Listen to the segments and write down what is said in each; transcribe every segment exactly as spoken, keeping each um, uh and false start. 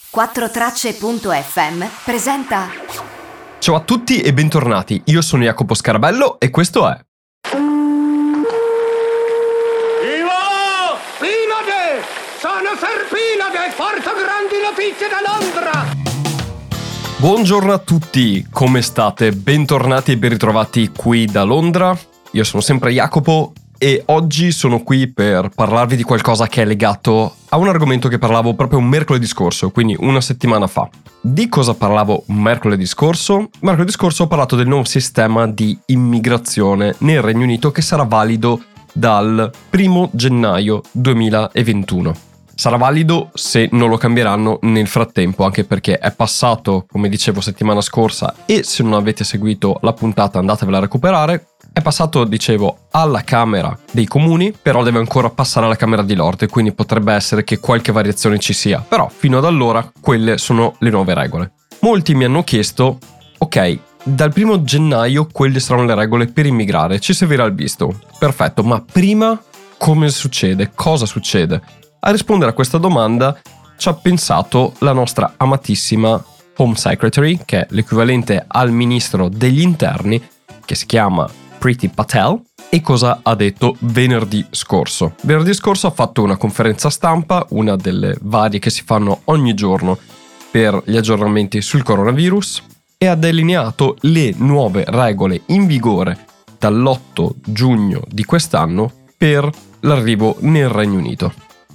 quattro tracce punto effe emme presenta. Ciao a tutti e bentornati, io sono Jacopo Scarabello e questo è Ivo! Pilade! Sono Serpilade! Porto grandi notizie da Londra! Buongiorno a tutti, come state? Bentornati e ben ritrovati qui da Londra. Io sono sempre Jacopo e oggi sono qui per parlarvi di qualcosa che è legato a un argomento che parlavo proprio un mercoledì scorso, quindi una settimana fa. Di cosa parlavo mercoledì scorso? Mercoledì scorso ho parlato del nuovo sistema di immigrazione nel Regno Unito che sarà valido dal primo gennaio duemilaventuno. Sarà valido se non lo cambieranno nel frattempo, anche perché è passato, come dicevo settimana scorsa, e se non avete seguito la puntata andatevela a recuperare. È passato, dicevo, alla Camera dei Comuni, però deve ancora passare alla Camera di Lord, e quindi potrebbe essere che qualche variazione ci sia. Però fino ad allora quelle sono le nuove regole. Molti mi hanno chiesto, ok, dal primo gennaio quelle saranno le regole per immigrare, ci servirà il visto. Perfetto, ma prima come succede? Cosa succede? A rispondere a questa domanda ci ha pensato la nostra amatissima Home Secretary, che è l'equivalente al ministro degli interni, che si chiama Priti Patel. E cosa ha detto venerdì scorso? Venerdì scorso ha fatto una conferenza stampa, una delle varie che si fanno ogni giorno per gli aggiornamenti sul coronavirus, e ha delineato le nuove regole in vigore dall'otto giugno di quest'anno per l'arrivo nel Regno Unito.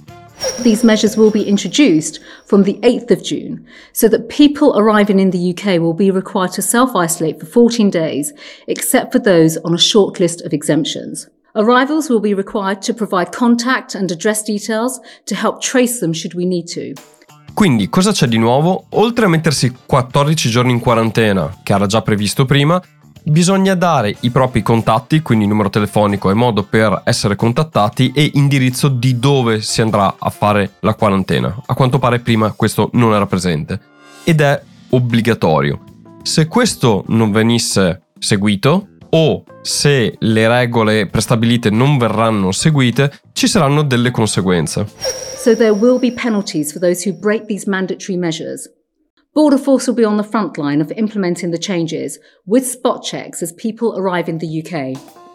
These measures will be introduced from the eighth of June, so that people arriving in the U K will be required to self-isolate for fourteen days, except for those on a short list of exemptions. Arrivals will be required to provide contact and address details to help trace them should we need to. Quindi cosa c'è di nuovo? Oltre a mettersi quattordici giorni in quarantena, che era già previsto prima, bisogna dare i propri contatti, quindi numero telefonico e modo per essere contattati e indirizzo di dove si andrà a fare la quarantena. A quanto pare prima questo non era presente ed è obbligatorio. Se questo non venisse seguito o se le regole prestabilite non verranno seguite, ci saranno delle conseguenze. So there will be penalties for those who break these mandatory measures. Border Force will be on the front line of implementing the changes with spot checks as people arrive in the U K.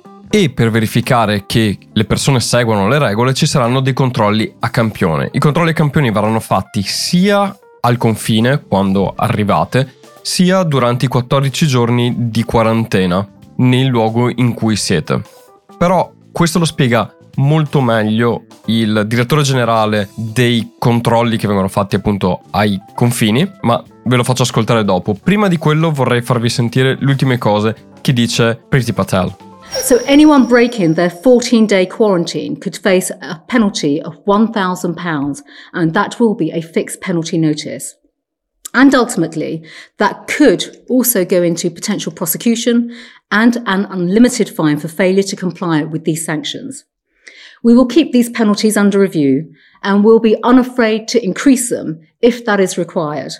E per verificare che le persone seguono le regole ci saranno dei controlli a campione. I controlli a campione verranno fatti sia al confine, quando arrivate, sia durante i quattordici giorni di quarantena nel luogo in cui siete. Però questo lo spiega molto meglio il direttore generale dei controlli che vengono fatti appunto ai confini, ma ve lo faccio ascoltare dopo. Prima di quello vorrei farvi sentire le ultime cose che dice Priti Patel. So anyone breaking their fourteen-day quarantine could face a penalty of one thousand pounds, and that will be a fixed penalty notice. And ultimately, that could also go into potential prosecution and an unlimited fine for failure to comply with these sanctions. We will keep these penalties under review and will be unafraid to increase them if that is required.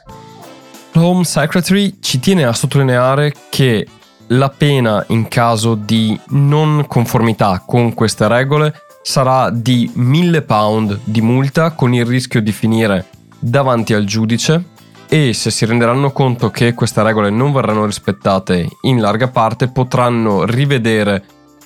Home Secretary ci tiene a sottolineare che la pena in caso di non conformità con queste regole sarà di mille pound di multa, con il rischio di finire davanti al giudice, e se si renderanno conto che queste regole non verranno rispettate in larga parte potranno rivedere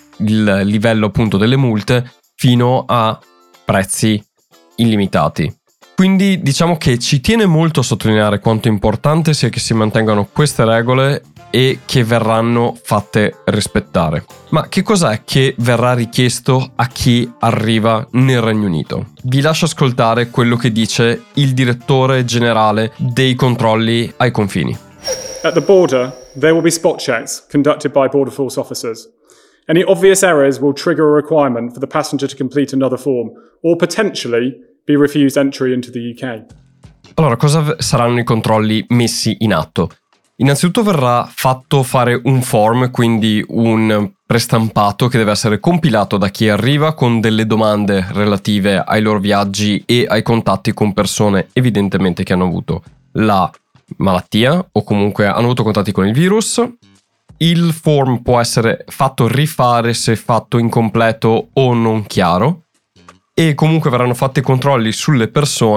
il livello appunto delle multe fino a prezzi illimitati. Quindi diciamo che ci tiene molto a sottolineare quanto importante sia che si mantengano queste regole e che verranno fatte rispettare. Ma che cos'è che verrà richiesto a chi arriva nel Regno Unito? Vi lascio ascoltare quello che dice il direttore generale dei controlli ai confini. At the border, there will be spot checks conducted by Border Force officers. Any obvious errors will trigger a requirement for the passenger to complete another form or potentially be refused entry into the U K. Allora, cosa saranno i controlli messi in atto? Innanzitutto verrà fatto fare un form, quindi un prestampato che deve essere compilato da chi arriva con delle domande relative ai loro viaggi e ai contatti con persone evidentemente che hanno avuto la malattia o comunque hanno avuto contatti con il virus. Il form può essere fatto rifare se fatto incompleto o non chiaro, e comunque verranno fatti controlli sulle persone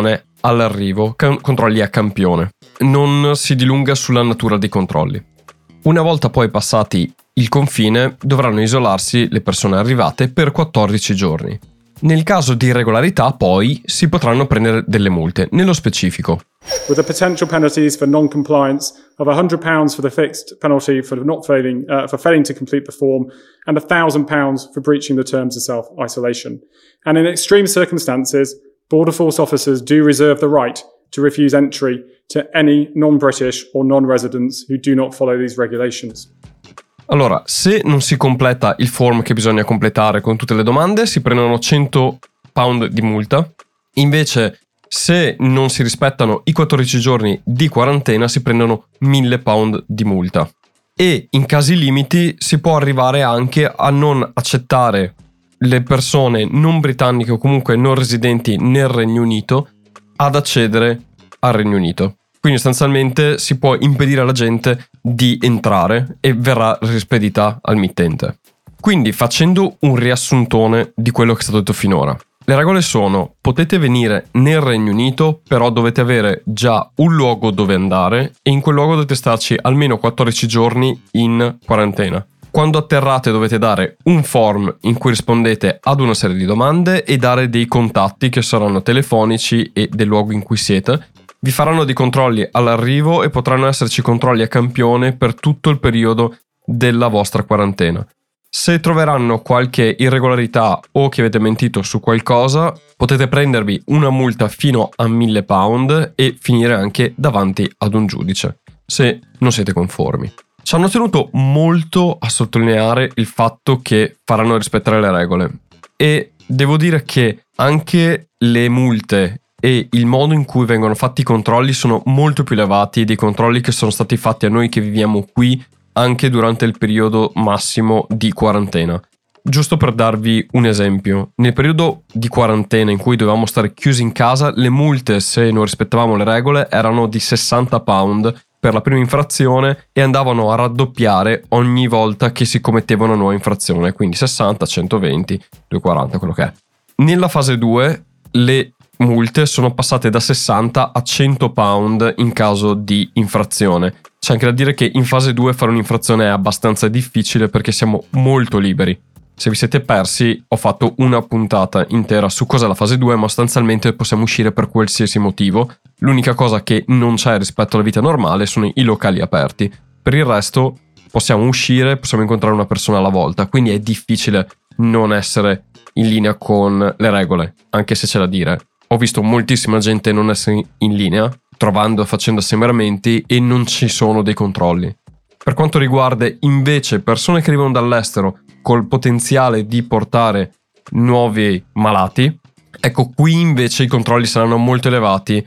all'arrivo, ca- controlli a campione. Non si dilunga sulla natura dei controlli. Una volta poi passati il confine, dovranno isolarsi le persone arrivate per quattordici giorni. Nel caso di irregolarità, poi, si potranno prendere delle multe, nello specifico. With the potential penalties for non-compliance of one hundred pounds for the fixed penalty for not failing uh, for failing to complete the form, and one thousand pounds for breaching the terms of self-isolation. And in extreme circumstances, border force officers do reserve the right to refuse entry to any non-British or non-residents who do not follow these regulations. Allora, se non si completa il form che bisogna completare con tutte le domande, si prendono cento pound di multa. Invece, se non si rispettano i quattordici giorni di quarantena, si prendono mille pound di multa. E in casi limiti si può arrivare anche a non accettare le persone non britanniche o comunque non residenti nel Regno Unito ad accedere al Regno Unito. Quindi sostanzialmente si può impedire alla gente di entrare e verrà rispedita al mittente. Quindi, facendo un riassuntone di quello che è stato detto finora, le regole sono: potete venire nel Regno Unito, però dovete avere già un luogo dove andare e in quel luogo dovete starci almeno quattordici giorni in quarantena. Quando atterrate dovete dare un form in cui rispondete ad una serie di domande e dare dei contatti che saranno telefonici e del luogo in cui siete. Vi faranno dei controlli all'arrivo e potranno esserci controlli a campione per tutto il periodo della vostra quarantena. Se troveranno qualche irregolarità o che avete mentito su qualcosa, potete prendervi una multa fino a mille pound e finire anche davanti ad un giudice, se non siete conformi. Ci hanno tenuto molto a sottolineare il fatto che faranno rispettare le regole. E devo dire che anche le multe e il modo in cui vengono fatti i controlli sono molto più elevati dei controlli che sono stati fatti a noi che viviamo qui anche durante il periodo massimo di quarantena. Giusto per darvi un esempio, nel periodo di quarantena in cui dovevamo stare chiusi in casa, le multe, se non rispettavamo le regole, erano di sessanta pound per la prima infrazione e andavano a raddoppiare ogni volta che si commetteva una nuova infrazione, quindi sessanta, centoventi, duecentoquaranta, quello che è. Nella fase due le multe sono passate da sessanta a cento pound in caso di infrazione. C'è anche da dire che in fase due fare un'infrazione è abbastanza difficile perché siamo molto liberi. Se vi siete persi, ho fatto una puntata intera su cos'è la fase due, ma sostanzialmente possiamo uscire per qualsiasi motivo. L'unica cosa che non c'è rispetto alla vita normale sono i locali aperti. Per il resto possiamo uscire, possiamo incontrare una persona alla volta, quindi è difficile non essere in linea con le regole, anche se c'è da dire. Ho visto moltissima gente non essere in linea, trovando e facendo assembramenti e non ci sono dei controlli. Per quanto riguarda invece persone che arrivano dall'estero col potenziale di portare nuovi malati, ecco, qui invece i controlli saranno molto elevati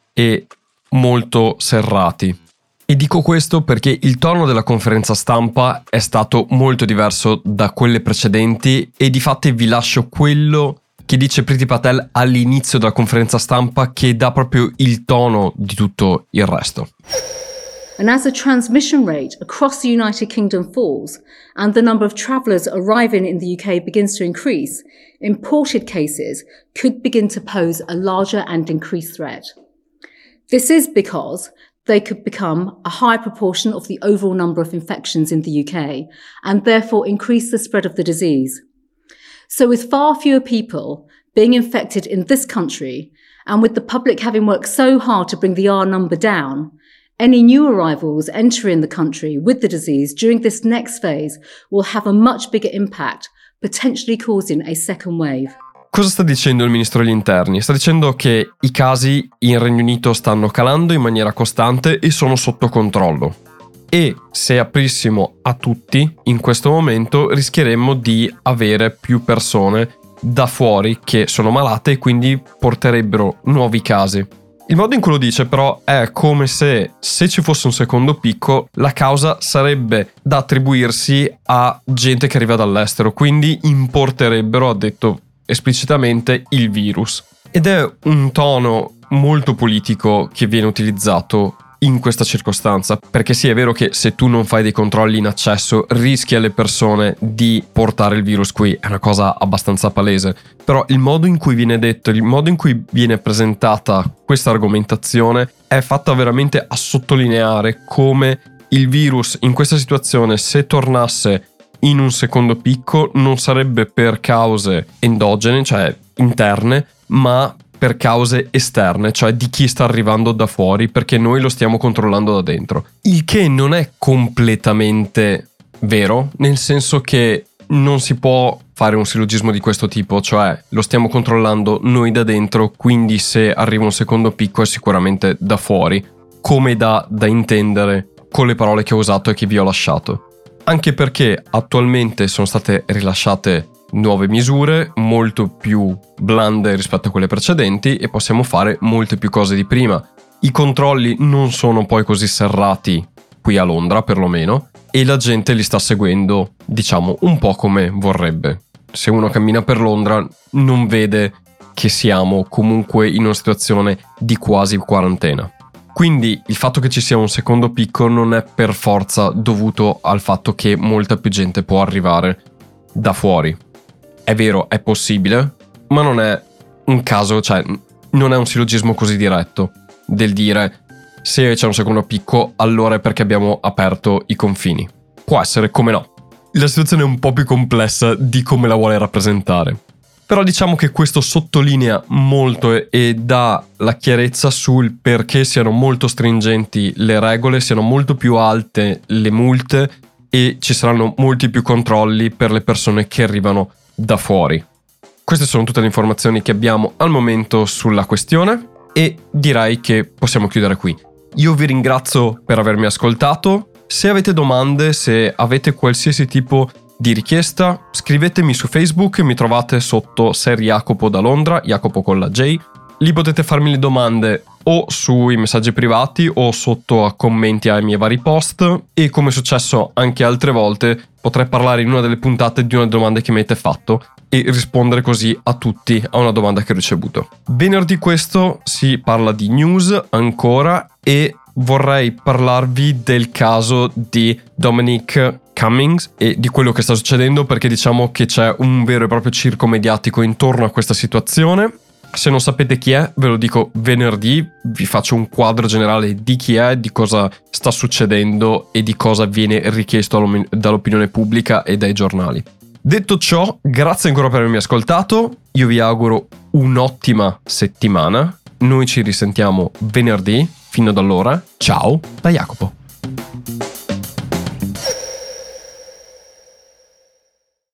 e molto serrati. E dico questo perché il tono della conferenza stampa è stato molto diverso da quelle precedenti e difatti vi lascio quello che dice Priti Patel all'inizio della conferenza stampa, che dà proprio il tono di tutto il resto. And as the transmission rate across the United Kingdom falls and the number of travellers arriving in the U K begins to increase, imported cases could begin to pose a larger and increased threat. This is because they could become a high proportion of the overall number of infections in the U K and therefore increase the spread of the disease. So with far fewer people being infected in this country and with the public having worked so hard to bring the R number down, any new arrivals entering the country with the disease during this next phase will have a much bigger impact, potentially causing a second wave. Cosa sta dicendo il ministro degli interni? Sta dicendo che i casi in Regno Unito stanno calando in maniera costante e sono sotto controllo. E se aprissimo a tutti, in questo momento rischieremmo di avere più persone da fuori che sono malate e quindi porterebbero nuovi casi. Il modo in cui lo dice però è come se, se ci fosse un secondo picco, la causa sarebbe da attribuirsi a gente che arriva dall'estero, quindi importerebbero, ha detto esplicitamente, il virus. Ed è un tono molto politico che viene utilizzato in questa circostanza, perché sì, è vero che se tu non fai dei controlli in accesso rischi alle persone di portare il virus qui, è una cosa abbastanza palese, però il modo in cui viene detto, il modo in cui viene presentata questa argomentazione è fatta veramente a sottolineare come il virus in questa situazione, se tornasse in un secondo picco, non sarebbe per cause endogene, cioè interne, ma per cause esterne, cioè di chi sta arrivando da fuori, perché noi lo stiamo controllando da dentro. Il che non è completamente vero, nel senso che non si può fare un sillogismo di questo tipo, cioè lo stiamo controllando noi da dentro, quindi se arriva un secondo picco è sicuramente da fuori, come da, da intendere con le parole che ho usato e che vi ho lasciato. Anche perché attualmente sono state rilasciate nuove misure molto più blande rispetto a quelle precedenti e possiamo fare molte più cose di prima. I controlli non sono poi così serrati qui a Londra perlomeno e la gente li sta seguendo, diciamo, un po' come vorrebbe. Se uno cammina per Londra non vede che siamo comunque in una situazione di quasi quarantena. Quindi il fatto che ci sia un secondo picco non è per forza dovuto al fatto che molta più gente può arrivare da fuori. È vero, è possibile, ma non è un caso, cioè non è un sillogismo così diretto del dire se c'è un secondo picco allora è perché abbiamo aperto i confini. Può essere, come no. La situazione è un po' più complessa di come la vuole rappresentare. Però diciamo che questo sottolinea molto e dà la chiarezza sul perché siano molto stringenti le regole, siano molto più alte le multe e ci saranno molti più controlli per le persone che arrivano da fuori. Queste sono tutte le informazioni che abbiamo al momento sulla questione e direi che possiamo chiudere qui. Io vi ringrazio per avermi ascoltato. Se avete domande, se avete qualsiasi tipo di richiesta, scrivetemi su Facebook, mi trovate sotto Ser Jacopo da Londra, Jacopo con la J. Lì potete farmi le domande o sui messaggi privati o sotto a commenti ai miei vari post e, come è successo anche altre volte, potrei parlare in una delle puntate di una domanda che mi avete fatto e rispondere così a tutti a una domanda che ho ricevuto. Venerdì questo si parla di news ancora e vorrei parlarvi del caso di Dominic Cummings e di quello che sta succedendo, perché diciamo che c'è un vero e proprio circo mediatico intorno a questa situazione. Se non sapete chi è, ve lo dico venerdì, vi faccio un quadro generale di chi è, di cosa sta succedendo e di cosa viene richiesto dall'opinione pubblica e dai giornali. Detto ciò, grazie ancora per avermi ascoltato, io vi auguro un'ottima settimana, noi ci risentiamo venerdì, fino ad allora, ciao da Jacopo.